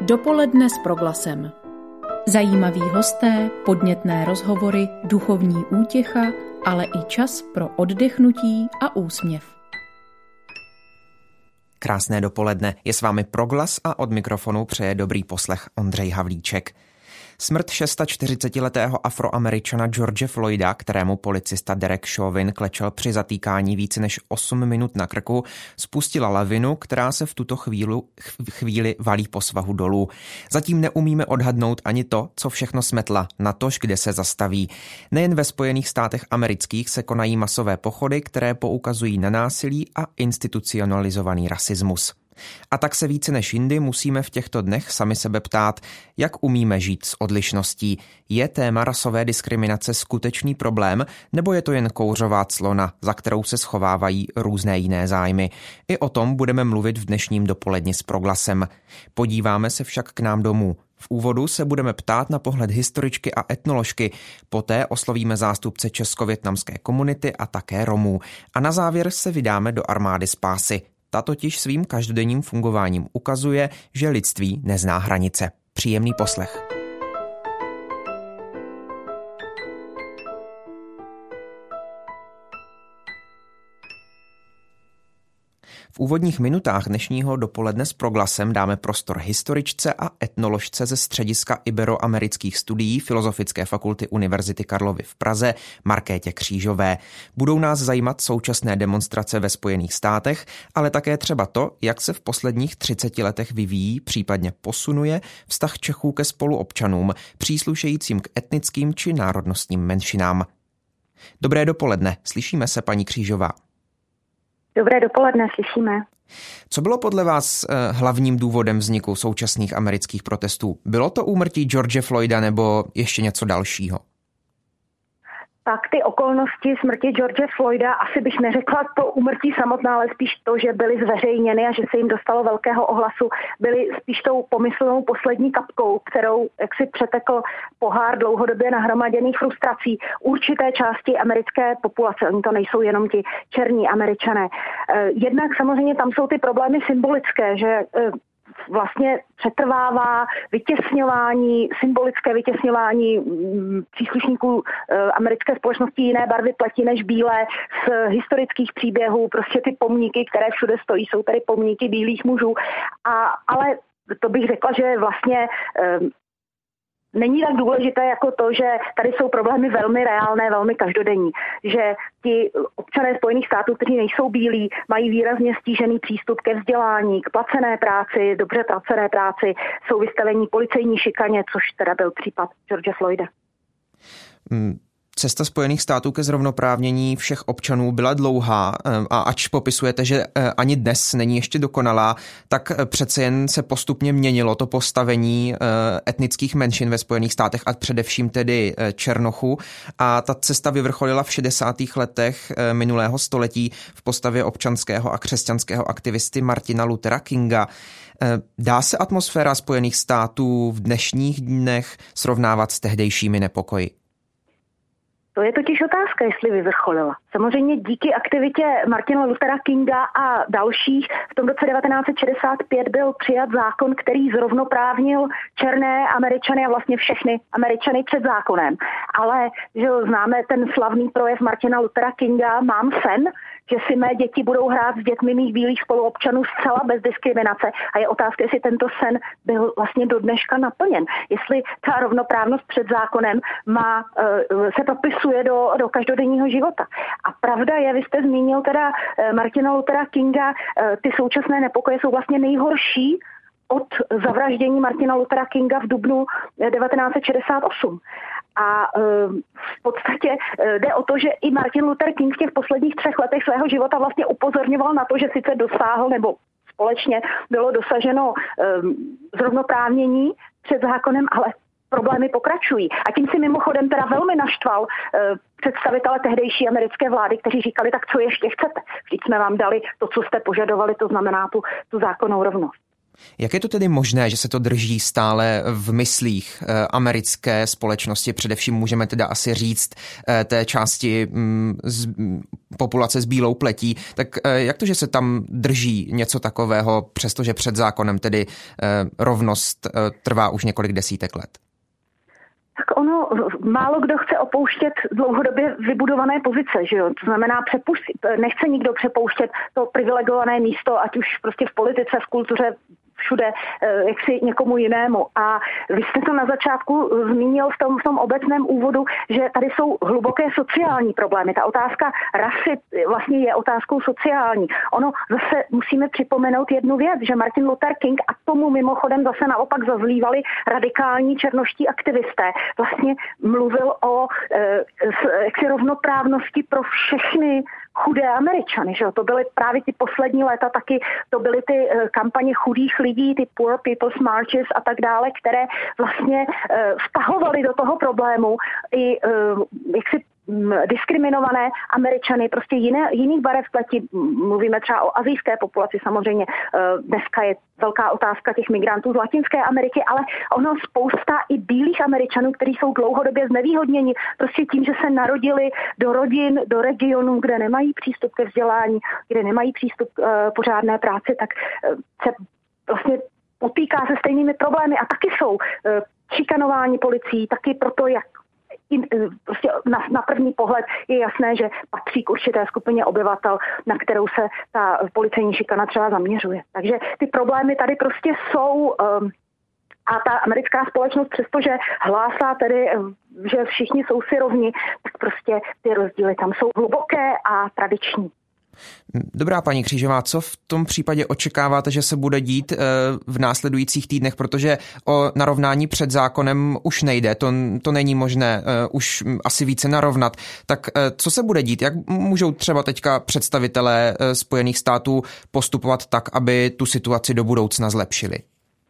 Dopoledne s Proglasem. Zajímaví hosté, podnětné rozhovory, duchovní útěcha, ale i čas pro oddechnutí a úsměv. Krásné dopoledne, je s vámi Proglas a od mikrofonu přeje dobrý poslech Ondřej Havlíček. Smrt 46letého Afroameričana George Floyda, kterému policista Derek Chauvin klečel při zatýkání více než 8 minut na krku, spustila lavinu, která se v tuto chvíli valí po svahu dolů. Zatím neumíme odhadnout ani to, co všechno smetla, natož kde se zastaví. Nejen ve Spojených státech amerických se konají masové pochody, které poukazují na násilí a institucionalizovaný rasismus. A tak se více než jindy musíme v těchto dnech sami sebe ptát, jak umíme žít s odlišností. Je téma rasové diskriminace skutečný problém, nebo je to jen kouřová clona, za kterou se schovávají různé jiné zájmy? I o tom budeme mluvit v dnešním dopoledni s Proglasem. Podíváme se však k nám domů. V úvodu se budeme ptát na pohled historičky a etnoložky, poté oslovíme zástupce česko-vietnamské komunity a také Romů. A na závěr se vydáme do armády spásy. Ta totiž svým každodenním fungováním ukazuje, že lidství nezná hranice. Příjemný poslech. V úvodních minutách dnešního dopoledne s Proglasem dáme prostor historičce a etnoložce ze Střediska iberoamerických studií Filozofické fakulty Univerzity Karlovy v Praze Markétě Křížové. Budou nás zajímat současné demonstrace ve Spojených státech, ale také třeba to, jak se v posledních 30 letech vyvíjí, případně posunuje vztah Čechů ke spoluobčanům, příslušejícím k etnickým či národnostním menšinám. Dobré dopoledne, slyšíme se, paní Křížová. Dobré dopoledne, slyšíme. Co bylo podle vás hlavním důvodem vzniku současných amerických protestů? Bylo to úmrtí George Floyda nebo ještě něco dalšího? Tak ty okolnosti smrti George Floyda, asi bych neřekla to úmrtí samotná, ale spíš to, že byly zveřejněny a že se jim dostalo velkého ohlasu, byly spíš tou pomyslnou poslední kapkou, kterou jaksi přetekl pohár dlouhodobě nahromaděných frustrací určité části americké populace. Oni to nejsou jenom ti černí Američané. Jednak samozřejmě tam jsou ty problémy symbolické, že vlastně přetrvává vytěsňování, symbolické vytěsňování příslušníků americké společnosti jiné barvy pleti než bílé z historických příběhů. Prostě ty pomníky, které všude stojí, jsou tady pomníky bílých mužů. Ale to bych řekla, že vlastně není tak důležité jako to, že tady jsou problémy velmi reálné, velmi každodenní. Že ti občané Spojených států, kteří nejsou bílí, mají výrazně stížený přístup ke vzdělání, k placené práci, dobře placené práci, jsou vystavení policejní šikaně, což teda byl případ George Floyda. Cesta Spojených států ke zrovnoprávnění všech občanů byla dlouhá a ač popisujete, že ani dnes není ještě dokonalá, tak přece jen se postupně měnilo to postavení etnických menšin ve Spojených státech a především tedy Černochů. A ta cesta vyvrcholila v 60. letech minulého století v postavě občanského a křesťanského aktivisty Martina Luthera Kinga. Dá se atmosféra Spojených států v dnešních dnech srovnávat s tehdejšími nepokoji? To je totiž otázka, jestli vyvrcholila. Samozřejmě díky aktivitě Martina Luthera Kinga a dalších v tom roce 1965 byl přijat zákon, který zrovnoprávnil černé Američany a vlastně všechny Američany před zákonem. Ale že známe ten slavný projev Martina Luthera Kinga Mám sen, že si mé děti budou hrát s dětmi mých bílých spoluobčanů zcela bez diskriminace. A je otázka, jestli tento sen byl vlastně do dneška naplněn. Jestli ta rovnoprávnost před zákonem se propisuje do každodenního života. A pravda je, vy jste zmínil teda Martina Luthera Kinga, ty současné nepokoje jsou vlastně nejhorší od zavraždění Martina Luthera Kinga v dubnu 1968. A v podstatě jde o to, že i Martin Luther King v těch posledních 3 letech svého života vlastně upozorňoval na to, že sice dosáhl, nebo společně bylo dosaženo zrovnoprávnění před zákonem, ale problémy pokračují. A tím si mimochodem teda velmi naštval představitele tehdejší americké vlády, kteří říkali, tak co ještě chcete? Vždyť jsme vám dali to, co jste požadovali, to znamená tu zákonnou rovnost. Jak je to tedy možné, že se to drží stále v myslích americké společnosti, především můžeme teda asi říct té části populace s bílou pletí, tak jak to, že se tam drží něco takového, přestože před zákonem tedy rovnost trvá už několik desítek let? Tak ono, málo kdo chce opouštět dlouhodobě vybudované pozice, že jo? To znamená, nechce nikdo přepouštět to privilegované místo, ať už prostě v politice, v kultuře, všude, jaksi někomu jinému. A vy jste to na začátku zmínil v tom obecném úvodu, že tady jsou hluboké sociální problémy. Ta otázka rasy vlastně je otázkou sociální. Ono zase musíme připomenout jednu věc, že Martin Luther King, a tomu mimochodem zase naopak zazlívali radikální černoští aktivisté, vlastně mluvil o jaksi rovnoprávnosti pro všechny chudé Američany, že jo? To byly právě ty poslední léta taky, to byly ty kampaně chudých lidí, ty Poor People's Marches a tak dále, které vlastně vtahovaly do toho problému i jaksi diskriminované Američany, prostě jiných barev pleti. Mluvíme třeba o asijské populaci, samozřejmě dneska je velká otázka těch migrantů z Latinské Ameriky, ale ono spousta i bílých Američanů, kteří jsou dlouhodobě znevýhodněni, prostě tím, že se narodili do rodin, do regionů, kde nemají přístup ke vzdělání, kde nemají přístup k pořádné práci, tak se vlastně potýká se stejnými problémy a taky jsou šikanováni policií, taky proto, jak prostě na první pohled je jasné, že patří k určité skupině obyvatel, na kterou se ta policejní šikana třeba zaměřuje. Takže ty problémy tady prostě jsou a ta americká společnost, přestože hlásá tedy, že všichni jsou si rovni, tak prostě ty rozdíly tam jsou hluboké a tradiční. Dobrá, paní Křížová, co v tom případě očekáváte, že se bude dít v následujících týdnech, protože o narovnání před zákonem už nejde, to není možné už asi více narovnat. Tak co se bude dít? Jak můžou třeba teďka představitelé Spojených států postupovat tak, aby tu situaci do budoucna zlepšili?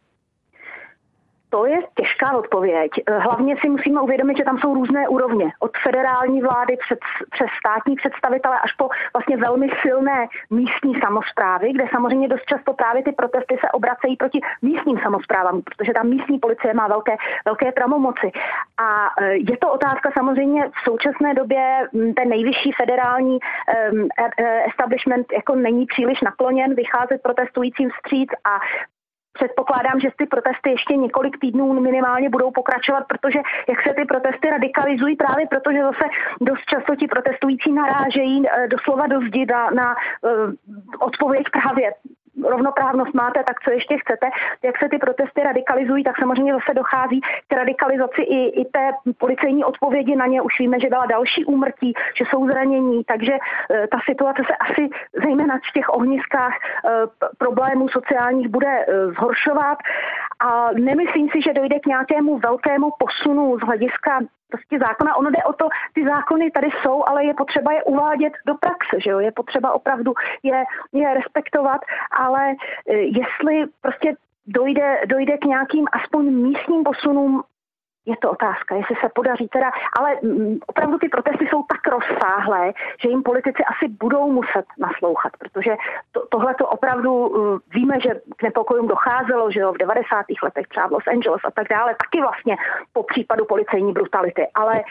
To je těžká odpověď. Hlavně si musíme uvědomit, že tam jsou různé úrovně. Od federální vlády přes státní představitele až po vlastně velmi silné místní samosprávy, kde samozřejmě dost často právě ty protesty se obracejí proti místním samosprávám, protože tam místní policie má velké pravomoci. A je to otázka samozřejmě v současné době ten nejvyšší federální establishment jako není příliš nakloněn vycházet protestujícím vstříc a předpokládám, že ty protesty ještě několik týdnů minimálně budou pokračovat, protože jak se ty protesty radikalizují právě protože zase dost často ti protestující narážejí doslova do zdi na odpověď právě rovnoprávnost máte, tak co ještě chcete. Jak se ty protesty radikalizují, tak samozřejmě zase dochází k radikalizaci i té policejní odpovědi na ně. Už víme, že byla další úmrtí, že jsou zranění, takže ta situace se asi zejména v těch ohniskách problémů sociálních bude zhoršovat a nemyslím si, že dojde k nějakému velkému posunu z hlediska prostě zákona. Ono jde o to, ty zákony tady jsou, ale je potřeba je uvádět do praxe, že jo? Je potřeba opravdu je respektovat, ale jestli prostě dojde k nějakým aspoň místním posunům, je to otázka, jestli se podaří teda, ale opravdu ty protesty jsou tak rozsáhlé, že jim politici asi budou muset naslouchat, protože tohle to opravdu víme, že k nepokojům docházelo, že jo, v 90. letech třeba v Los Angeles a tak dále, taky vlastně po případu policejní brutality, ale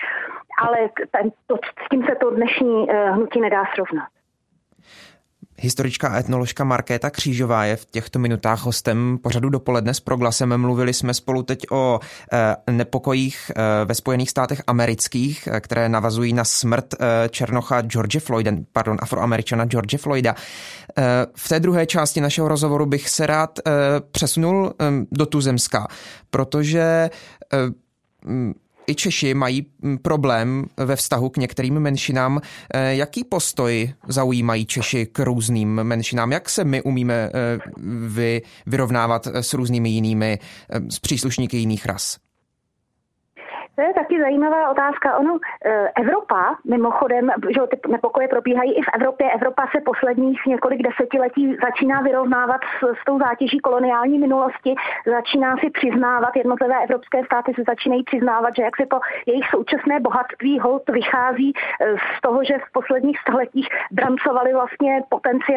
s tím se to dnešní hnutí nedá srovnat. Historička a etnoložka Markéta Křížová je v těchto minutách hostem pořadu Dopoledne s Proglasem. Mluvili jsme spolu teď o nepokojích ve Spojených státech amerických, které navazují na smrt Afroameričana George Floyda. V té druhé části našeho rozhovoru bych se rád přesunul do Tuzemska, protože i Češi mají problém ve vztahu k některým menšinám. Jaký postoj zaujímají Češi k různým menšinám? Jak se my umíme vyrovnávat s různými jinými, s příslušníky jiných ras? To je taky zajímavá otázka. Evropa, mimochodem, že ty nepokoje probíhají i v Evropě. Evropa se posledních několik desetiletí začíná vyrovnávat s tou zátěží koloniální minulosti, začíná si přiznávat, jednotlivé evropské státy se začínají přiznávat, že jak se to jejich současné bohatství vychází z toho, že v posledních stoletích drancovali vlastně potenciál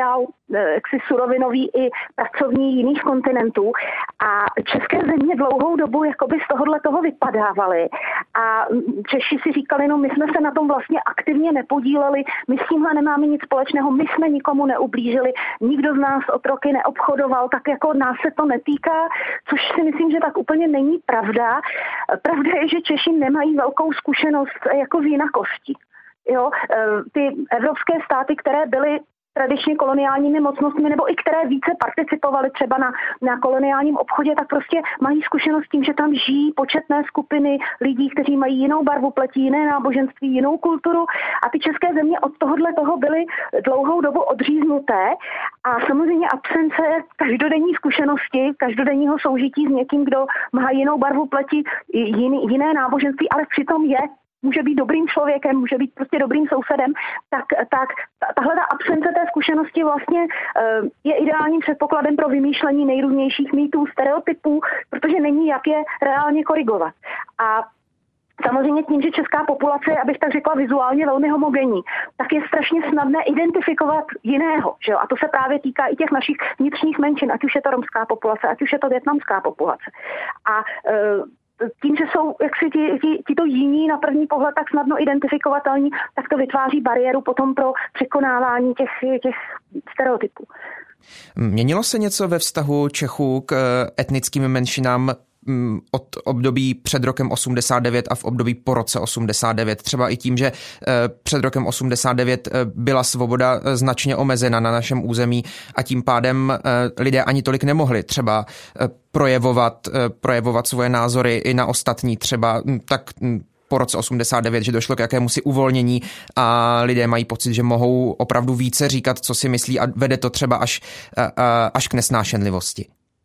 jaksi surovinový i pracovní jiných kontinentů. A české země dlouhou dobu jakoby z tohohle toho vypadávaly. A Češi si říkali, no my jsme se na tom vlastně aktivně nepodíleli, my s tímhle nemáme nic společného, my jsme nikomu neublížili, nikdo z nás otroky neobchodoval, tak jako nás se to netýká, což si myslím, že tak úplně není pravda. Pravda je, že Češi nemají velkou zkušenost jako z jinakosti. Jo, ty evropské státy, které byly tradičně koloniálními mocnostmi, nebo i které více participovaly třeba na koloniálním obchodě, tak prostě mají zkušenost s tím, že tam žijí početné skupiny lidí, kteří mají jinou barvu pleti, jiné náboženství, jinou kulturu a ty české země od tohohle toho byly dlouhou dobu odříznuté a samozřejmě absence každodenní zkušenosti, každodenního soužití s někým, kdo má jinou barvu pleti, jiné náboženství, ale přitom může být dobrým člověkem, může být prostě dobrým sousedem, tak tahle absence té zkušenosti vlastně je ideálním předpokladem pro vymýšlení nejrůznějších mýtů, stereotypů, protože není jak je reálně korigovat. A samozřejmě tím, že česká populace je, abych tak řekla, vizuálně velmi homogenní, tak je strašně snadné identifikovat jiného. Že jo? A to se právě týká i těch našich vnitřních menšin, ať už je to romská populace, ať už je to vietnamská populace. A tím, že jsou jaksi tito jiní na první pohled tak snadno identifikovatelní, tak to vytváří bariéru potom pro překonávání těch stereotypů. Měnilo se něco ve vztahu Čechů k etnickým menšinám od období před rokem 89 a v období po roce 89? Třeba i tím, že před rokem 89 byla svoboda značně omezena na našem území a tím pádem lidé ani tolik nemohli třeba projevovat svoje názory i na ostatní, třeba tak po roce 89, že došlo k jakémusi uvolnění a lidé mají pocit, že mohou opravdu více říkat, co si myslí a vede to třeba až k nesnášenlivosti.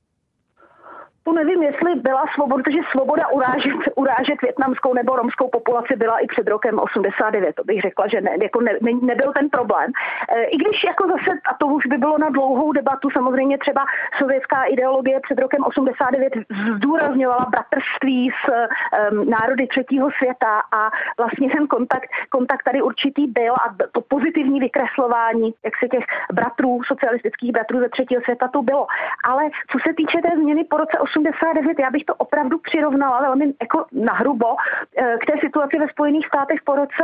To nevím, jestli byla svoboda, protože svoboda urážet vietnamskou nebo romskou populaci byla i před rokem 89. To bych řekla, že nebyl ten problém. I když jako zase, a to už by bylo na dlouhou debatu, samozřejmě třeba sovětská ideologie před rokem 89 zdůrazňovala bratrství s národy třetího světa a vlastně ten kontakt tady určitý byl a to pozitivní vykreslování, jak se těch socialistických bratrů ze třetího světa to bylo. Ale co se týče té změny po roce 89, já bych to opravdu přirovnala velmi jako nahrubo k té situaci ve Spojených státech po roce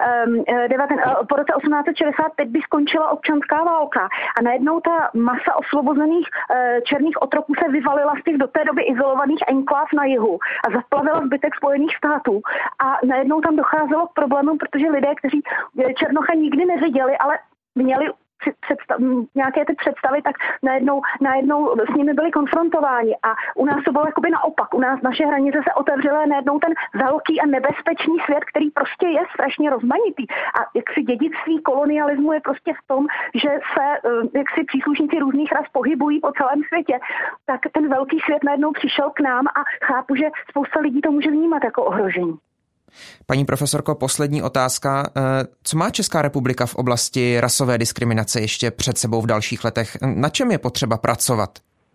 1865, kdy skončila občanská válka a najednou ta masa osvobozených černých otroků se vyvalila z těch do té doby izolovaných enkláv na jihu a zaplavila zbytek Spojených států a najednou tam docházelo k problémům, protože lidé, kteří Černocha nikdy neviděli, ale měli nějaké ty představy, tak najednou s nimi byli konfrontováni a u nás to bylo jakoby naopak. U nás naše hranice se otevřely a najednou ten velký a nebezpečný svět, který prostě je strašně rozmanitý. A jaksi dědictví kolonialismu je prostě v tom, že se jaksi příslušníci různých ras pohybují po celém světě, tak ten velký svět najednou přišel k nám a chápu, že spousta lidí to může vnímat jako ohrožení. Paní profesorko, poslední otázka. Co má Česká republika v oblasti rasové diskriminace ještě před sebou v dalších letech? Na čem je potřeba pracovat?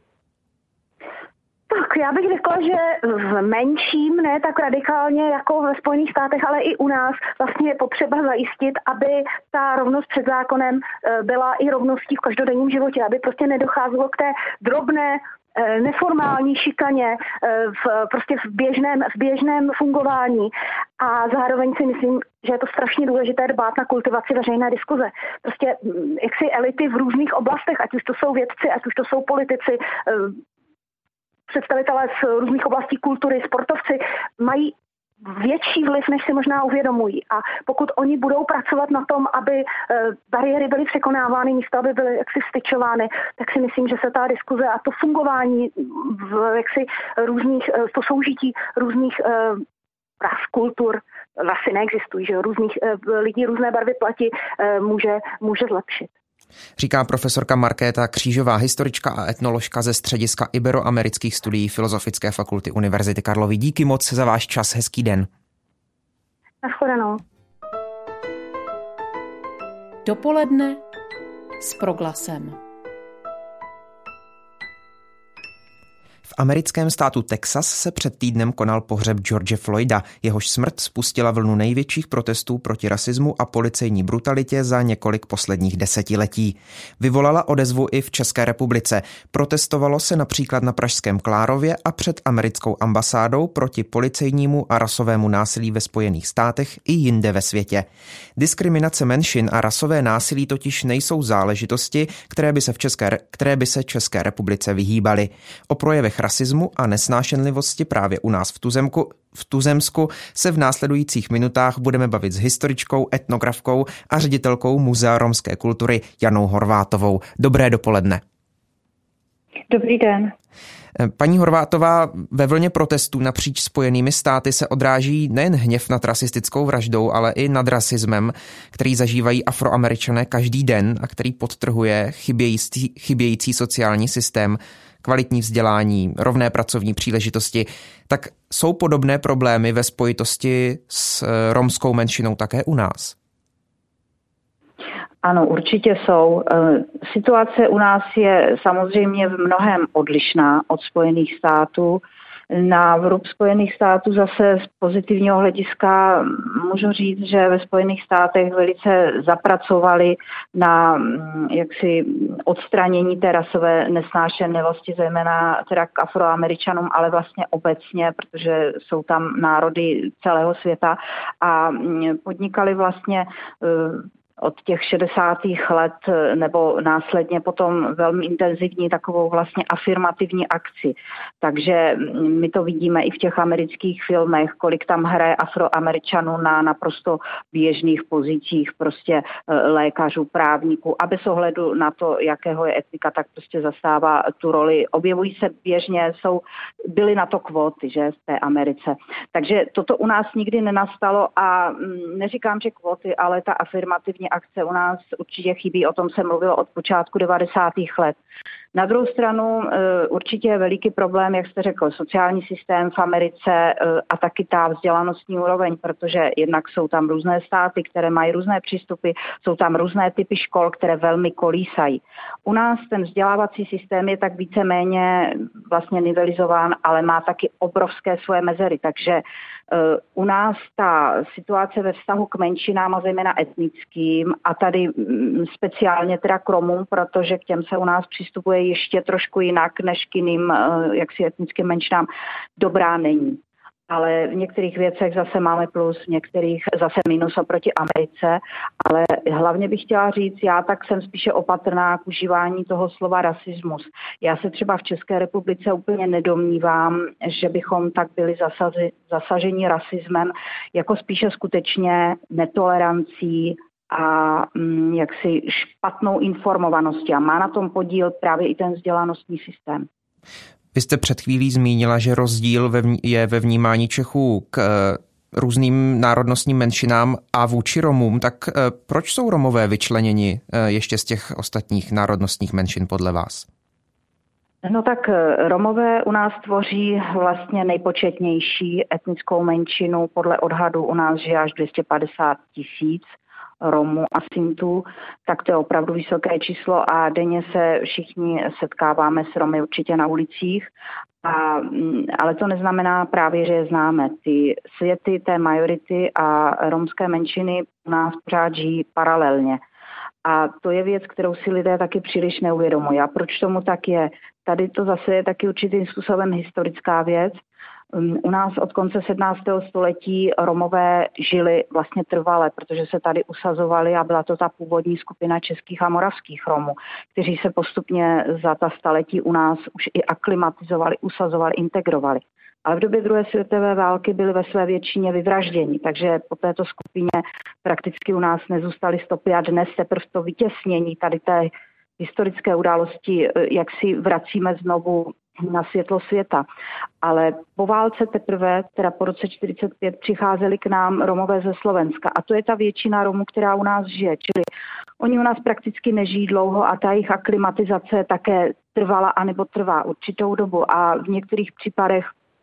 Tak já bych řekla, že v menším, ne tak radikálně jako ve Spojených státech, ale i u nás vlastně je potřeba zajistit, aby ta rovnost před zákonem byla i rovností v každodenním životě, aby prostě nedocházelo k té drobné neformální šikaně v běžném fungování a zároveň si myslím, že je to strašně důležité dbát na kultivaci veřejné diskuze. Prostě jaksi elity v různých oblastech, ať už to jsou vědci, ať už to jsou politici, představitelé z různých oblastí kultury, sportovci, mají větší vliv, než si možná uvědomují. A pokud oni budou pracovat na tom, aby bariéry byly překonávány, místo aby byly jaksi styčovány, tak si myslím, že se ta diskuze a to fungování to soužití různých ras, kultur, rasy neexistují, že různých lidí různé barvy pleti může zlepšit. Říká profesorka Markéta Křížová, historička a etnoložka ze Střediska iberoamerických studií Filozofické fakulty Univerzity Karlovy. Díky moc za váš čas, hezký den. Nashledanou. Dopoledne s Proglasem. V V americkém státu Texas se před týdnem konal pohřeb George Floyda, jehož smrt spustila vlnu největších protestů proti rasismu a policejní brutalitě za několik posledních desetiletí. Vyvolala odezvu i v České republice. Protestovalo se například na pražském Klárově a před americkou ambasádou proti policejnímu a rasovému násilí ve Spojených státech i jinde ve světě. Diskriminace menšin a rasové násilí totiž nejsou záležitosti, které by se České republice vyhýbaly. O projevech rasismu a nesnášenlivosti právě u nás v Tuzemsku se v následujících minutách budeme bavit s historičkou, etnografkou a ředitelkou Muzea romské kultury Janou Horvátovou. Dobré dopoledne. Dobrý den. Paní Horvátová, ve vlně protestů napříč Spojenými státy se odráží nejen hněv nad rasistickou vraždou, ale i nad rasismem, který zažívají Afroameričané každý den a který podtrhuje chybějící sociální systém, kvalitní vzdělání, rovné pracovní příležitosti. Tak jsou podobné problémy ve spojitosti s romskou menšinou také u nás? Ano, určitě jsou. Situace u nás je samozřejmě v mnohem odlišná od Spojených států. Na vrub Spojených států zase z pozitivního hlediska můžu říct, že ve Spojených státech velice zapracovali na jaksi odstranění té rasové nesnášenlivosti, zejména teda k Afroameričanům, ale vlastně obecně, protože jsou tam národy celého světa a podnikali vlastně od těch 60. let nebo následně potom velmi intenzivní takovou vlastně afirmativní akci. Takže my to vidíme i v těch amerických filmech, kolik tam hraje Afroameričanů na naprosto běžných pozicích, prostě lékařů, právníků a bez ohledu na to, jakého je etnika, tak prostě zastává tu roli. Objevují se běžně, byly na to kvóty, že, v té Americe. Takže toto u nás nikdy nenastalo a neříkám, že kvóty, ale ta afirmativní akce u nás určitě chybí, o tom se mluvilo od počátku 90. let. Na druhou stranu určitě je veliký problém, jak jste řekl, sociální systém v Americe a taky ta vzdělanostní úroveň, protože jednak jsou tam různé státy, které mají různé přístupy, jsou tam různé typy škol, které velmi kolísají. U nás ten vzdělávací systém je tak víceméně vlastně nivelizován, ale má taky obrovské svoje mezery, takže u nás ta situace ve vztahu k menšinám a zejména etnickým a tady speciálně teda k Romům, protože k těm se u nás přistupuje ještě trošku jinak než k jiným jaksi etnickým menšinám, dobrá není. Ale v některých věcech zase máme plus, v některých zase minus oproti Americe, ale hlavně bych chtěla říct, já tak jsem spíše opatrná k užívání toho slova rasismus. Já se třeba v České republice úplně nedomnívám, že bychom tak byli zasaženi rasismem, jako spíše skutečně netolerancí a jaksi špatnou informovaností. A má na tom podíl právě i ten vzdělanostní systém. Vy jste před chvílí zmínila, že rozdíl je ve vnímání Čechů k různým národnostním menšinám a vůči Romům. Tak proč jsou Romové vyčleněni ještě z těch ostatních národnostních menšin podle vás? No tak Romové u nás tvoří vlastně nejpočetnější etnickou menšinu. Podle odhadu u nás žije až 250 000 Romů a Sintů, tak to je opravdu vysoké číslo a denně se všichni setkáváme s Romy určitě na ulicích, ale to neznamená právě, že je známe. Ty světy té majority a romské menšiny u nás pořád žijí paralelně. A to je věc, kterou si lidé taky příliš neuvědomují. A proč tomu tak je? Tady to zase je taky určitým způsobem historická věc. U nás od konce 17. století Romové žili vlastně trvale, protože se tady usazovali a byla to ta původní skupina českých a moravských Romů, kteří se postupně za ta staletí u nás už i aklimatizovali, usazovali, integrovali. Ale v době druhé světové války byli ve své většině vyvražděni, takže po této skupině prakticky u nás nezůstaly stopy a dnes teprve to vytěsnění tady té historické události, jak si vracíme znovu na světlo světa. Ale po válce teprve, teda po roce 1945, přicházeli k nám Romové ze Slovenska. A to je ta většina Romů, která u nás žije. Čili oni u nás prakticky nežijí dlouho a ta jejich aklimatizace také trvala anebo trvá určitou dobu. A v některých případech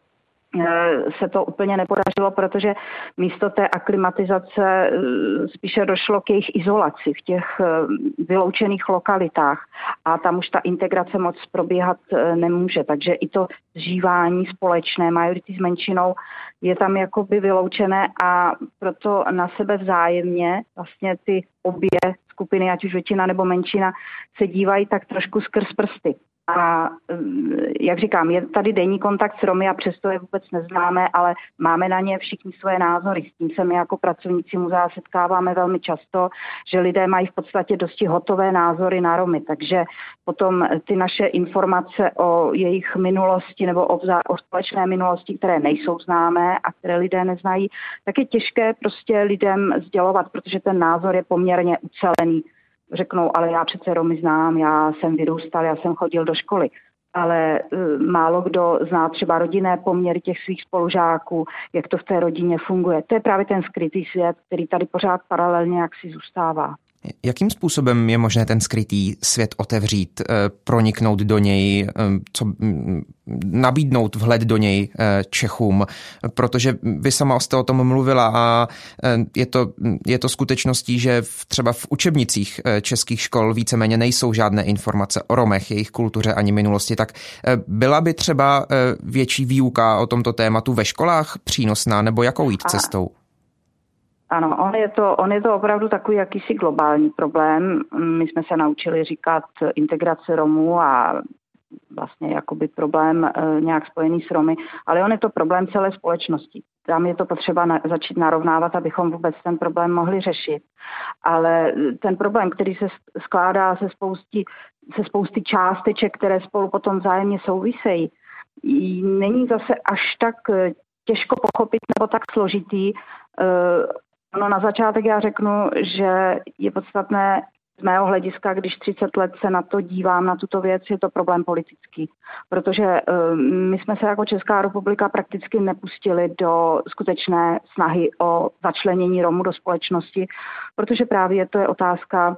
se to úplně nepodařilo, protože místo té aklimatizace spíše došlo k jejich izolaci v těch vyloučených lokalitách a tam už ta integrace moc probíhat nemůže. Takže i to zžívání společné, majority s menšinou je tam jakoby vyloučené a proto na sebe vzájemně vlastně ty obě skupiny, ať už většina nebo menšina, se dívají tak trošku skrz prsty. A jak říkám, je tady denní kontakt s Romy a přesto je vůbec neznáme, ale máme na ně všichni svoje názory. S tím se my jako pracovníci muzea setkáváme velmi často, že lidé mají v podstatě dosti hotové názory na Romy. Takže potom ty naše informace o jejich minulosti nebo o společné minulosti, které nejsou známé a které lidé neznají, tak je těžké prostě lidem sdělovat, protože ten názor je poměrně ucelený. Řeknou, ale já přece Romy znám, já jsem vyrůstal, já jsem chodil do školy. Ale málo kdo zná třeba rodinné poměry těch svých spolužáků, jak to v té rodině funguje. To je právě ten skrytý svět, který tady pořád paralelně jaksi zůstává. Jakým způsobem je možné ten skrytý svět otevřít, proniknout do něj, nabídnout vhled do něj Čechům? Protože vy sama jste o tom mluvila a je to skutečností, že třeba v učebnicích českých škol víceméně nejsou žádné informace o Romech, jejich kultuře ani minulosti. Tak byla by třeba větší výuka o tomto tématu ve školách přínosná, nebo jakou jít cestou? Ano, on je to opravdu takový jakýsi globální problém. My jsme se naučili říkat integrace Romů a vlastně jakoby problém nějak spojený s Romy, ale on je to problém celé společnosti. Tam je to potřeba začít narovnávat, abychom vůbec ten problém mohli řešit. Ale ten problém, který se skládá se spousty částeček, které spolu potom vzájemně souvisejí, není zase až tak těžko pochopit nebo tak složitý. No, na začátek já řeknu, že je podstatné z mého hlediska, když 30 let se na to dívám, na tuto věc, je to problém politický. Protože my jsme se jako Česká republika prakticky nepustili do skutečné snahy o začlenění Romů do společnosti, protože právě to je otázka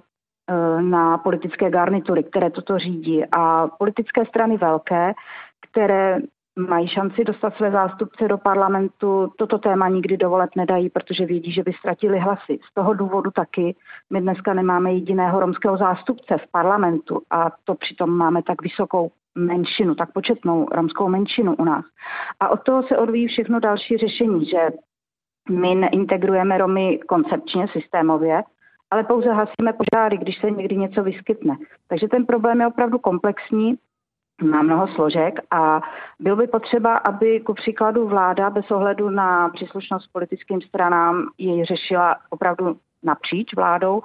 na politické garnitury, které toto řídí. A politické strany velké, které mají šanci dostat své zástupce do parlamentu, toto téma nikdy do voleb nedají, protože vědí, že by ztratili hlasy. Z toho důvodu taky my dneska nemáme jediného romského zástupce v parlamentu a to přitom máme tak vysokou menšinu, tak početnou romskou menšinu u nás. A od toho se odvíjí všechno další řešení, že my neintegrujeme Romy koncepčně, systémově, ale pouze hasíme požáry, když se někdy něco vyskytne. Takže ten problém je opravdu komplexní, má mnoho složek a bylo by potřeba, aby ku příkladu vláda bez ohledu na příslušnost politickým stranám jej řešila opravdu napříč vládou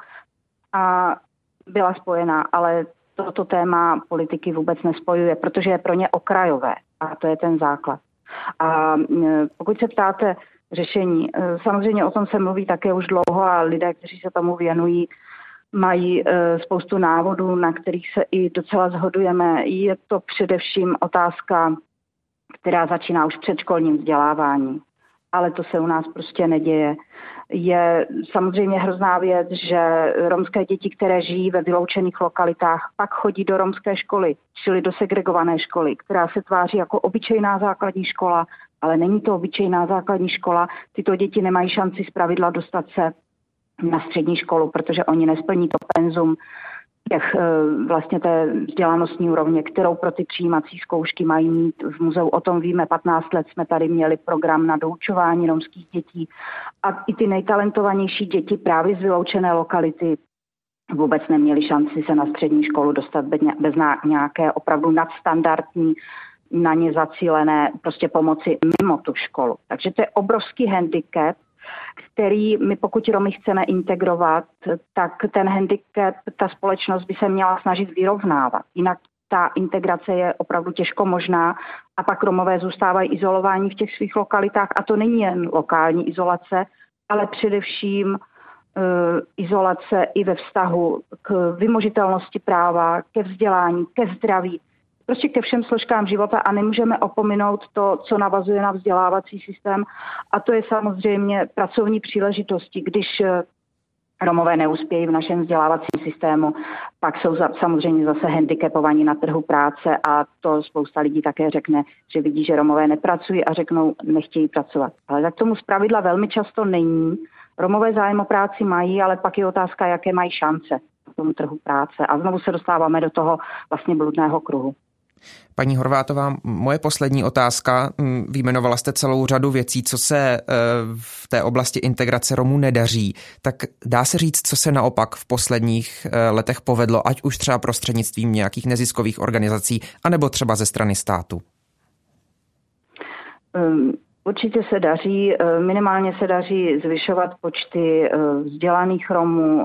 a byla spojená, ale toto téma politiky vůbec nespojuje, protože je pro ně okrajové a to je ten základ. A pokud se ptáte řešení, samozřejmě o tom se mluví také už dlouho a lidé, kteří se tomu věnují, mají spoustu návodů, na kterých se i docela shodujeme. Je to především otázka, která začíná už v předškolním vzdělávání, ale to se u nás prostě neděje. Je samozřejmě hrozná věc, že romské děti, které žijí ve vyloučených lokalitách, pak chodí do romské školy, čili do segregované školy, která se tváří jako obyčejná základní škola, ale není to obyčejná základní škola. Tyto děti nemají šanci zpravidla dostat se na střední školu, protože oni nesplní to penzum vlastně té vzdělanostní úrovně, kterou pro ty přijímací zkoušky mají mít. V muzeu o tom víme, 15 let jsme tady měli program na doučování romských dětí a i ty nejtalentovanější děti právě z vyloučené lokality vůbec neměli šanci se na střední školu dostat bez nějaké opravdu nadstandardní, na ně zacílené prostě pomoci mimo tu školu. Takže to je obrovský handicap, který my, pokud Romy chceme integrovat, tak ten handicap, ta společnost by se měla snažit vyrovnávat. Jinak ta integrace je opravdu těžko možná a pak Romové zůstávají izolováni v těch svých lokalitách a to není jen lokální izolace, ale především izolace i ve vztahu k vymožitelnosti práva, ke vzdělání, ke zdraví, prostě ke všem složkám života a nemůžeme opominout to, co navazuje na vzdělávací systém a to je samozřejmě pracovní příležitosti. Když Romové neuspějí v našem vzdělávacím systému, pak jsou samozřejmě zase handicapovaní na trhu práce a to spousta lidí také řekne, že vidí, že Romové nepracují a řeknou, nechtějí pracovat. Ale tak tomu zpravidla velmi často není. Romové zájem o práci mají, ale pak je otázka, jaké mají šance na tom trhu práce. A znovu se dostáváme do toho vlastně bludného kruhu. Paní Horvátová, moje poslední otázka. Vyjmenovala jste celou řadu věcí, co se v té oblasti integrace Romů nedaří. Tak dá se říct, co se naopak v posledních letech povedlo, ať už třeba prostřednictvím nějakých neziskových organizací, anebo třeba ze strany státu? Určitě se daří, minimálně se daří zvyšovat počty vzdělaných Romů.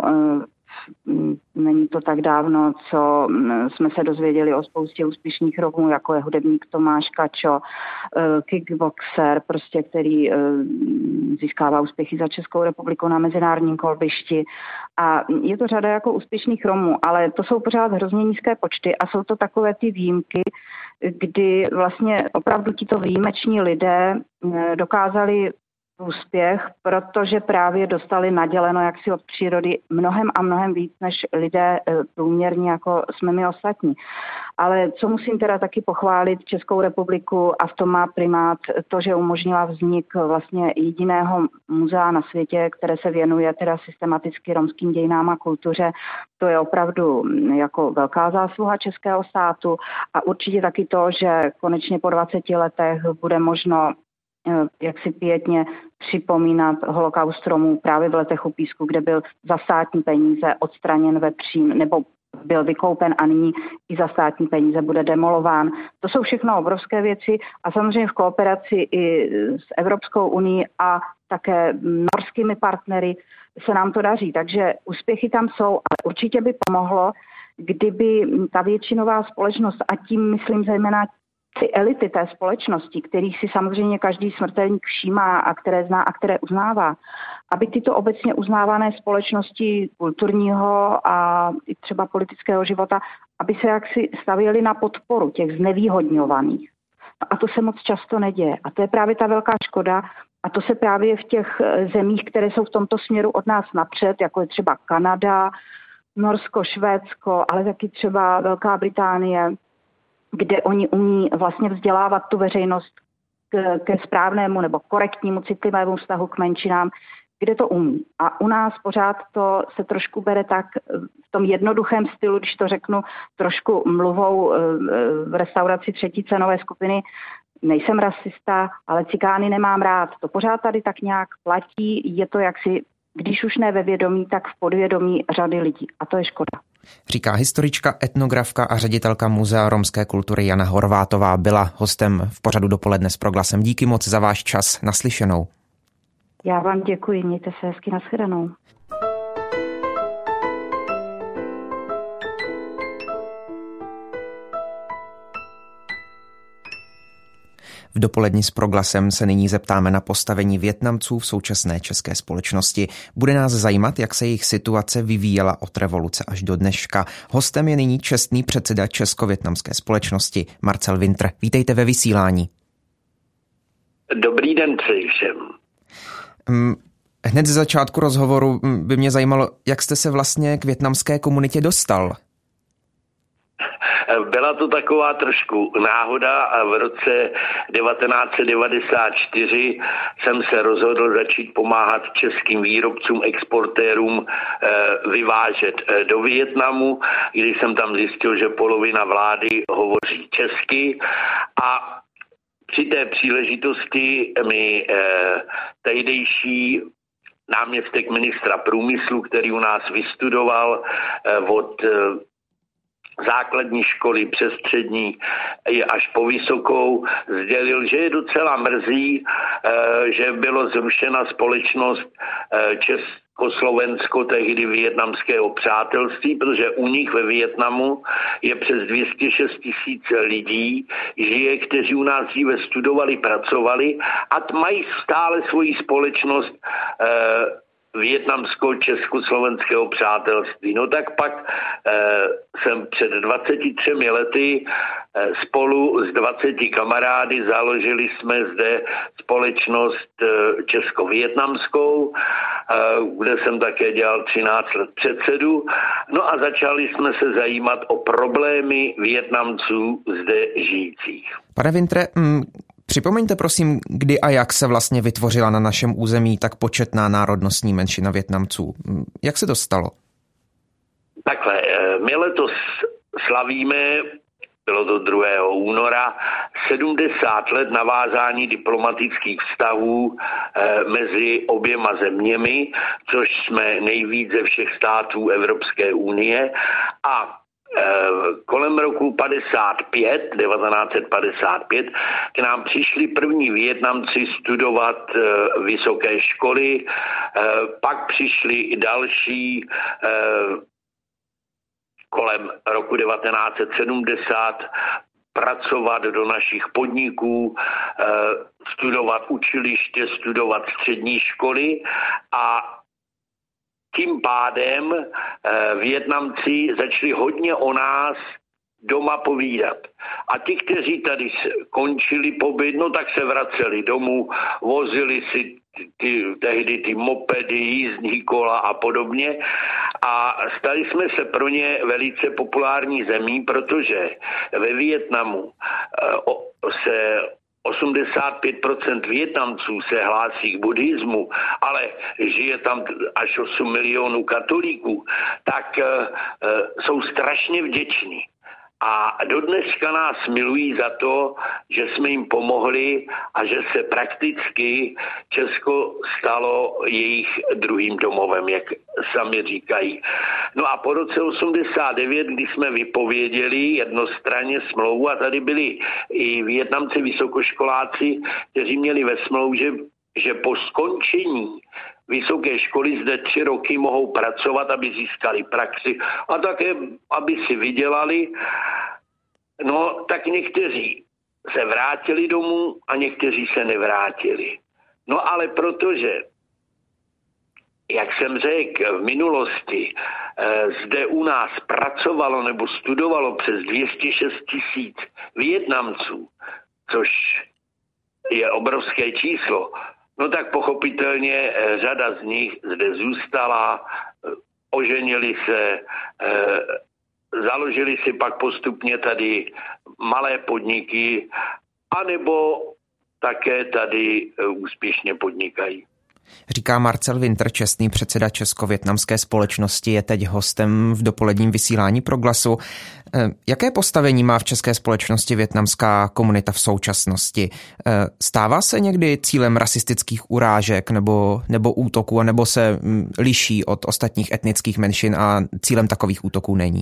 Není to tak dávno, co jsme se dozvěděli o spoustě úspěšných Romů, jako je hudebník Tomáš Kačo, kickboxer, prostě, který získává úspěchy za Českou republiku na mezinárodním kolbišti. A je to řada jako úspěšných Romů, ale to jsou pořád hrozně nízké počty a jsou to takové ty výjimky, kdy vlastně opravdu tito výjimeční lidé dokázali úspěch, protože právě dostali naděleno jaksi od přírody mnohem a mnohem víc než lidé průměrně, jako jsme my ostatní. Ale co musím teda taky pochválit Českou republiku, a v tom má primát to, že umožnila vznik vlastně jediného muzea na světě, které se věnuje teda systematicky romským dějinám a kultuře. To je opravdu jako velká zásluha českého státu a určitě taky to, že konečně po 20 letech bude možno jak si pětně připomínat holokaust Romů právě v Letech u Písku, kde byl za státní peníze odstraněn vepřín, nebo byl vykoupen a nyní i za státní peníze bude demolován. To jsou všechno obrovské věci a samozřejmě v kooperaci i s Evropskou unií a také norskými partnery se nám to daří. Takže úspěchy tam jsou, ale určitě by pomohlo, kdyby ta většinová společnost, a tím myslím zejména ty elity té společnosti, kterých si samozřejmě každý smrtelník všímá a které zná a které uznává, aby tyto obecně uznávané společnosti kulturního a i třeba politického života, aby se jaksi stavěly na podporu těch znevýhodňovaných. A to se moc často neděje. A to je právě ta velká škoda. A to se právě v těch zemích, které jsou v tomto směru od nás napřed, jako je třeba Kanada, Norsko, Švédsko, ale taky třeba Velká Británie, kde oni umí vlastně vzdělávat tu veřejnost ke správnému nebo korektnímu citlivému vztahu k menšinám, kde to umí. A u nás pořád to se trošku bere tak v tom jednoduchém stylu, když to řeknu trošku mluvou v restauraci třetí cenové skupiny. Nejsem rasista, ale cikány nemám rád. To pořád tady tak nějak platí. Je to jaksi, když už ne ve vědomí, tak v podvědomí řady lidí. A to je škoda. Říká historička, etnografka a ředitelka Muzea romské kultury Jana Horvátová. Byla hostem v pořadu Dopoledne s Proglasem. Díky moc za váš čas. Naslyšenou. Já vám děkuji. Mějte se hezky, nashledanou. V Dopoledni s Proglasem se nyní zeptáme na postavení Vietnamců v současné české společnosti. Bude nás zajímat, jak se jejich situace vyvíjela od revoluce až do dneška. Hostem je nyní čestný předseda Česko-vietnamské společnosti Marcel Winter. Vítejte ve vysílání. Dobrý den přeji všem. Hned ze začátku rozhovoru by mě zajímalo, jak jste se vlastně k vietnamské komunitě dostal. Byla to taková trošku náhoda a v roce 1994 jsem se rozhodl začít pomáhat českým výrobcům, exportérům vyvážet do Vietnamu, když jsem tam zjistil, že polovina vlády hovoří česky a při té příležitosti mi tehdejší náměstek ministra průmyslu, který u nás vystudoval od základní školy přes střední až po vysokou, sdělil, že je docela mrzí, že bylo zrušena společnost Československo, tehdy vietnamského přátelství, protože u nich ve Vietnamu je přes 206 000 lidí, žije, kteří u nás dříve studovali, pracovali a mají stále svoji společnost vietnamsko-československého přátelství. No tak pak jsem před 23 lety spolu s 20 kamarády založili jsme zde společnost česko-vietnamskou, kde jsem také dělal 13 let předsedu. No a začali jsme se zajímat o problémy Vietnamců zde žijících. Pane Wintre, připomeňte prosím, kdy a jak se vlastně vytvořila na našem území tak početná národnostní menšina Vietnamců. Jak se to stalo? Takhle, my letos slavíme, bylo to 2. února, 70 let navázání diplomatických vztahů mezi oběma zeměmi, což jsme nejvíc ze všech států Evropské unie, a kolem roku 1955 k nám přišli první Vietnamci studovat vysoké školy, pak přišli i další kolem roku 1970 pracovat do našich podniků, studovat učiliště, studovat střední školy, a tím pádem Vietnamci začali hodně o nás doma povídat. A ti, kteří tady končili pobyt, no tak se vraceli domů, vozili si tehdy ty mopedy, jízdní kola a podobně. A stali jsme se pro ně velice populární zemí, protože ve Vietnamu se 85% Vietnamců se hlásí k buddhismu, ale žije tam až 8 milionů katolíků, tak jsou strašně vděční. A dodneška nás milují za to, že jsme jim pomohli a že se prakticky Česko stalo jejich druhým domovem, jak sami říkají. No a po roce 89, kdy jsme vypověděli jednostranně smlouvu, a tady byli i Vietnamci vysokoškoláci, kteří měli ve smlouvě, že po skončení vysoké školy zde 3 roky mohou pracovat, aby získali praxi a také, aby si vydělali. No, tak někteří se vrátili domů a někteří se nevrátili. No ale protože, jak jsem řekl, v minulosti zde u nás pracovalo nebo studovalo přes 206 000 Vietnamců, což je obrovské číslo, no tak pochopitelně řada z nich zde zůstala, oženili se, založili si pak postupně tady malé podniky, anebo také tady úspěšně podnikají. Říká Marcel Winter, čestný předseda Česko-vietnamské společnosti, je teď hostem v dopoledním vysílání Proglasu. Jaké postavení má v české společnosti vietnamská komunita v současnosti? Stává se někdy cílem rasistických urážek nebo útoků, nebo se liší od ostatních etnických menšin a cílem takových útoků není?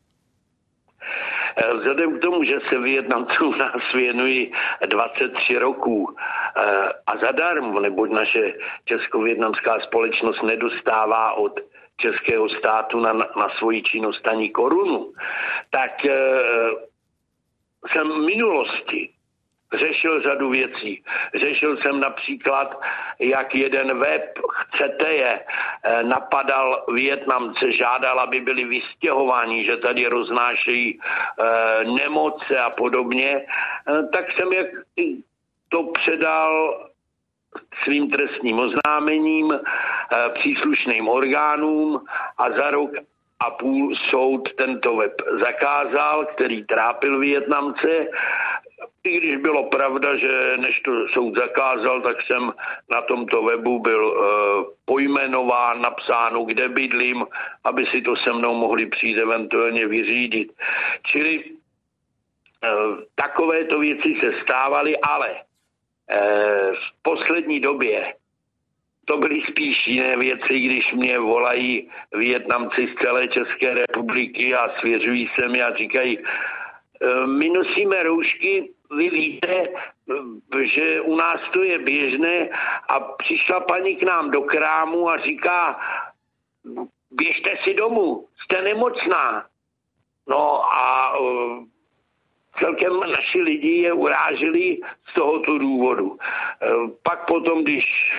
Vzhledem k tomu, že se Vietnamcům nás věnují 23 roků a zadarmo, neboť naše česko-vietnamská společnost nedostává od českého státu na svoji činnost ani korunu, tak jsem v minulosti řešil řadu věcí. Řešil jsem například, jak jeden web Chcete je napadal Vietnamce, žádal, aby byli vystěhováni, že tady roznášejí nemoce a podobně. Tak jsem to předal svým trestním oznámením příslušným orgánům a za rok a půl soud tento web zakázal, který trápil Vietnamce. I když bylo pravda, že než to soud zakázal, tak jsem na tomto webu byl pojmenován, napsáno, kde bydlím, aby si to se mnou mohli přijít eventuálně vyřídit. Čili takovéto věci se stávaly, ale v poslední době to byly spíš jiné věci, když mě volají Vietnamci z celé České republiky a svěřují se mi a říkají, my nosíme roušky, vy víte, že u nás to je běžné, a přišla paní k nám do krámu a říká, běžte si domů, jste nemocná. No a celkem naši lidi je uráželi z tohoto důvodu. Pak potom, když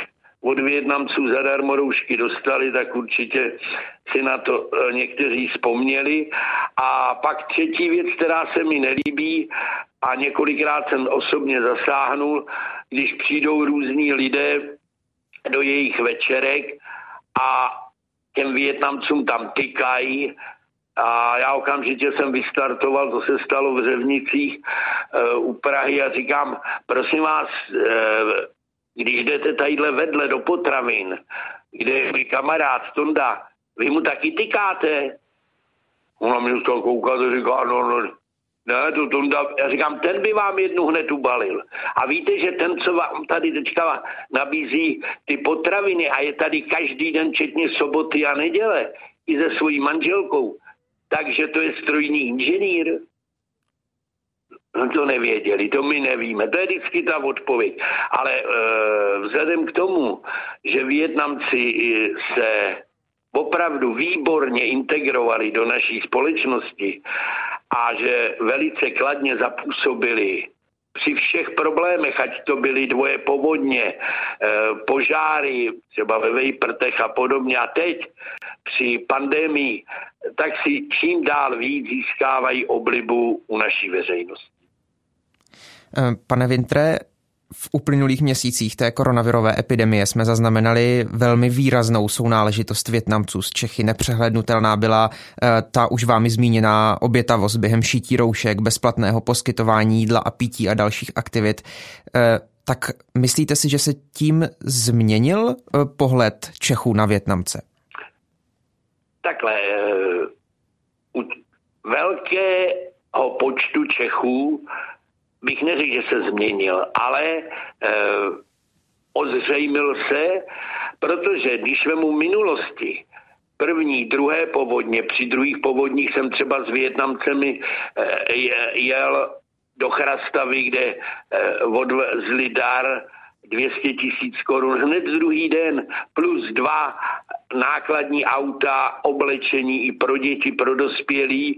od Vietnamců zadarmo roušky dostali, tak určitě si na to někteří vzpomněli. A pak třetí věc, která se mi nelíbí a několikrát jsem osobně zasáhnul, když přijdou různí lidé do jejich večerek a těm Vietnamcům tam tykají. A já okamžitě jsem vystartoval, to se stalo v Řevnicích u Prahy a říkám, prosím vás, když jdete tadyhle vedle do potravin, kde je můj kamarád Tonda, vy mu taky tykáte? Ona mě z toho kouká a říká, no, ne, to Tonda, já říkám, ten by vám jednu hned ubalil. A víte, že ten, co vám tady teďka nabízí ty potraviny a je tady každý den, včetně soboty a neděle, i se svojí manželkou, takže to je strojní inženýr? No to nevěděli, to my nevíme. To je vždycky ta odpověď. Ale vzhledem k tomu, že Vietnamci se opravdu výborně integrovali do naší společnosti a že velice kladně zapůsobili při všech problémech, ať to byly dvoje povodně, požáry, třeba ve Vejprtech a podobně, a teď při pandemii, tak si čím dál víc získávají oblibu u naší veřejnosti. Pane Wintre, v uplynulých měsících té koronavirové epidemie jsme zaznamenali velmi výraznou sounáležitost Vietnamců s Čechy. Nepřehlednutelná byla ta už vámi zmíněná obětavost během šití roušek, bezplatného poskytování jídla a pití a dalších aktivit. Tak myslíte si, že se tím změnil pohled Čechů na Vietnamce? Takhle, u velkého počtu Čechů bych neřekl, že se změnil, ale ozřejmil se, protože když vemu minulosti, první, druhé povodně, při druhých povodních jsem třeba s Vietnamcemi jel do Chrastavy, kde odvezli dar 200 000 korun hned druhý den, plus 2 nákladní auta, oblečení i pro děti, pro dospělí,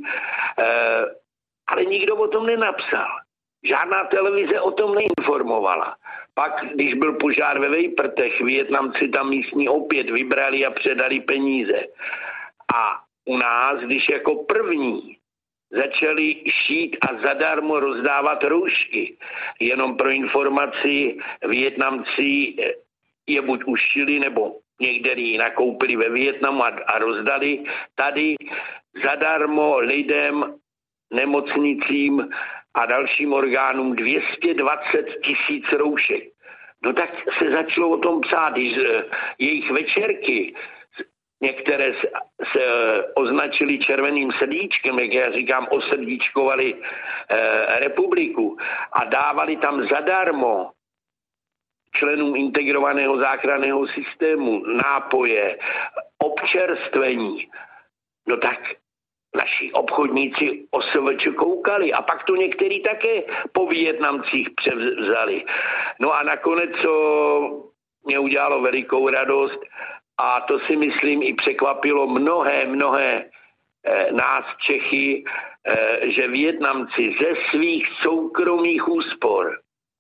ale nikdo o tom nenapsal. Žádná televize o tom neinformovala. Pak, když byl požár ve Vejprtech, Vietnamci tam místní opět vybrali a předali peníze. A u nás, když jako první začali šít a zadarmo rozdávat roušky, jenom pro informaci, Vietnamci je buď ušili, nebo některý nakoupili ve Vietnamu a rozdali tady zadarmo lidem, nemocnicím a dalším orgánům 220 000 roušek. No tak se začalo o tom psát, když jejich večerky, některé se označili červeným srdíčkem, jak já říkám, osrdíčkovali republiku a dávali tam zadarmo členům integrovaného záchranného systému nápoje, občerstvení. No tak naši obchodníci OSVČ koukali a pak to některý také po Vietnamcích převzali. No a nakonec, co mě udělalo velikou radost, a to si myslím i překvapilo mnohé nás Čechy, že Vietnamci ze svých soukromých úspor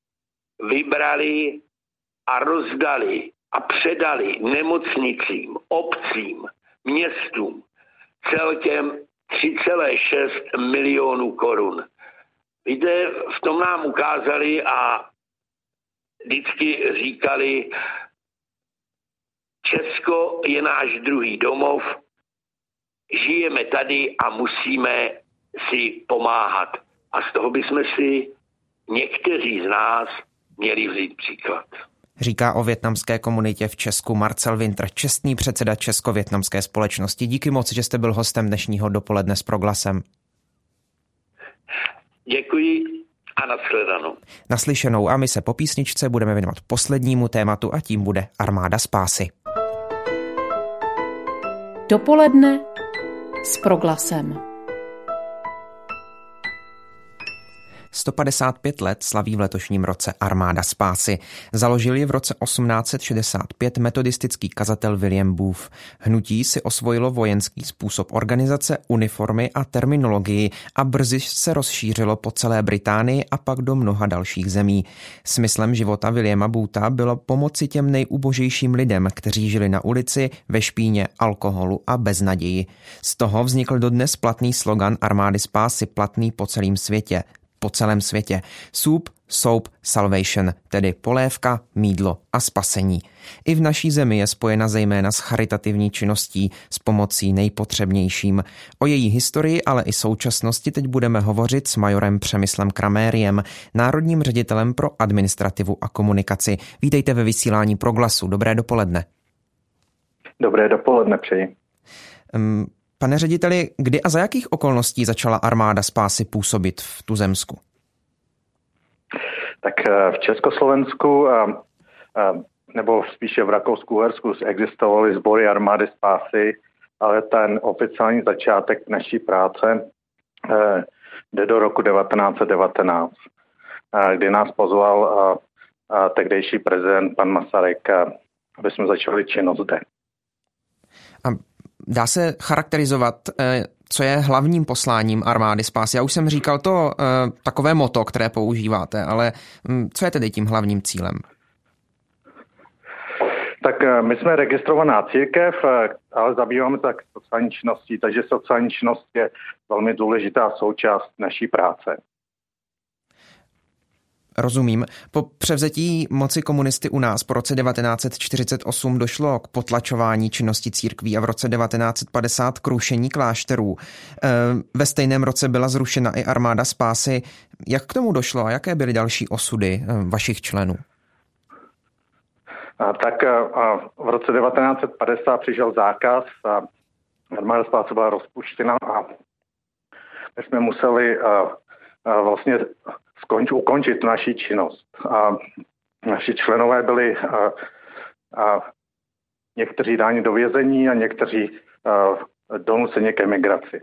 vybrali a rozdali a předali nemocnicím, obcím, městům celkem 3,6 milionů korun. Víte, v tom nám ukázali a vždycky říkali, Česko je náš druhý domov, žijeme tady a musíme si pomáhat. A z toho bychom si někteří z nás měli vzít příklad. Říká o vietnamské komunitě v Česku Marcel Winter, čestný předseda Česko-vietnamské společnosti. Díky moc, že jste byl hostem dnešního dopoledne s Proglasem. Děkuji a nashledanou. Naslyšenou a my se po písničce budeme věnovat poslednímu tématu a tím bude Armáda spásy. Dopoledne s Proglasem. 155 let slaví v letošním roce Armáda spásy. Založil ji v roce 1865 metodistický kazatel William Booth. Hnutí si osvojilo vojenský způsob organizace, uniformy a terminologii a brzy se rozšířilo po celé Británii a pak do mnoha dalších zemí. Smyslem života Williama Bootha bylo pomoci těm nejubožejším lidem, kteří žili na ulici, ve špíně, alkoholu a beznaději. Z toho vznikl dodnes platný slogan Armády spásy, platný po celém světě. Soup, soap, salvation, tedy polévka, mýdlo a spasení. I v naší zemi je spojena zejména s charitativní činností, s pomocí nejpotřebnějším. O její historii, ale i současnosti teď budeme hovořit s majorem Přemyslem Kramériem, národním ředitelem pro administrativu a komunikaci. Vítejte ve vysílání Proglasu. Dobré dopoledne. Dobré dopoledne přeji. Pane řediteli, kdy a za jakých okolností začala Armáda spásy působit v tuzemsku? Tak v Československu nebo spíše v Rakousku-Uhersku existovaly sbory Armády spásy, ale ten oficiální začátek naší práce jde do roku 1919, kdy nás pozval tehdejší prezident pan Masaryk, aby jsme začali činnost zde. A dá se charakterizovat, co je hlavním posláním Armády spásy? Já už jsem říkal to takové motto, které používáte, ale co je tedy tím hlavním cílem? Tak my jsme registrovaná církev, ale zabýváme se tak sociální činností, takže sociální činnost je velmi důležitá součást naší práce. Rozumím. Po převzetí moci komunisty u nás po roce 1948 došlo k potlačování činnosti církví a v roce 1950 k rušení klášterů. Ve stejném roce byla zrušena i Armáda spásy. Jak k tomu došlo a jaké byly další osudy vašich členů? Tak v roce 1950 přišel zákaz a Armáda spásy byla rozpuštěna a my jsme museli vlastně ukončit naši činnost. A naši členové byli někteří dáni do vězení a někteří donuceni k emigraci.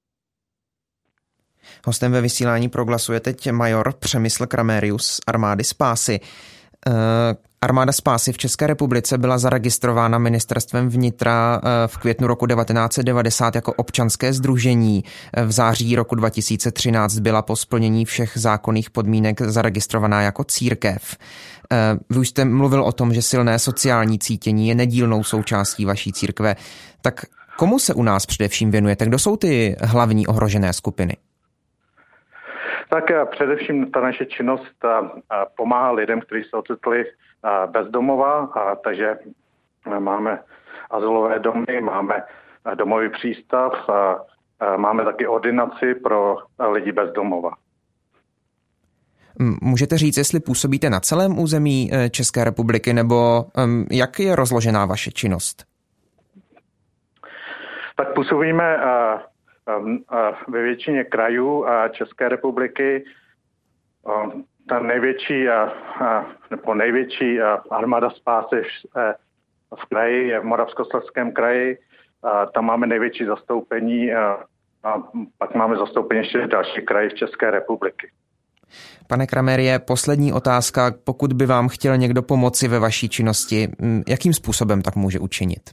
Hostem ve vysílání Proglasu je teď major Přemysl Kramérius z Armády spásy. Armáda spásy v České republice byla zaregistrována ministerstvem vnitra v květnu roku 1990 jako občanské sdružení. V září roku 2013 byla po splnění všech zákonných podmínek zaregistrovaná jako církev. Vy už jste mluvil o tom, že silné sociální cítění je nedílnou součástí vaší církve. Tak komu se u nás především věnujete? Kdo jsou ty hlavní ohrožené skupiny? Tak především ta naše činnost pomáhá lidem, kteří se ocitli bez domova, takže máme azylové domy, máme domový přístav, máme taky ordinaci pro lidi bez domova. Můžete říct, jestli působíte na celém území České republiky, nebo jak je rozložená vaše činnost? Tak působíme ve většině krajů České republiky. Ta největší Armáda spásy v kraji je v Moravskoslezském kraji. Tam máme největší zastoupení a pak máme zastoupení ještě v dalších krajích České republiky. Pane Kramérie, poslední otázka. Pokud by vám chtěl někdo pomoci ve vaší činnosti, jakým způsobem tak může učinit?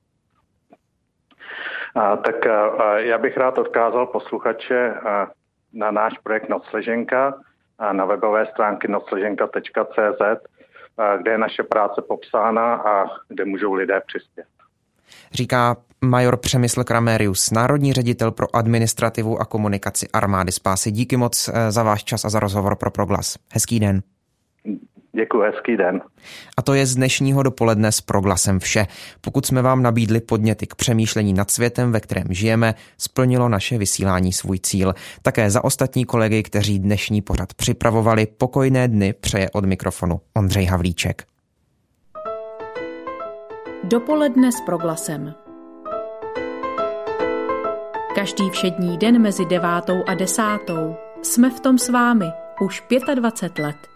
Tak já bych rád odkázal posluchače na náš projekt Nocleženka, na webové stránky nocleženka.cz, kde je naše práce popsána a kde můžou lidé přispět. Říká major Přemysl Kramérius, národní ředitel pro administrativu a komunikaci Armády spásy. Díky moc za váš čas a za rozhovor pro Proglas. Hezký den. Děkuji, hezký den. A to je z dnešního dopoledne s Proglasem vše. Pokud jsme vám nabídli podněty k přemýšlení nad světem, ve kterém žijeme, splnilo naše vysílání svůj cíl. Také za ostatní kolegy, kteří dnešní pořad připravovali, pokojné dny přeje od mikrofonu Ondřej Havlíček. Dopoledne s Proglasem. Každý všední den mezi 9. a 10. jsme v tom s vámi už 25 let.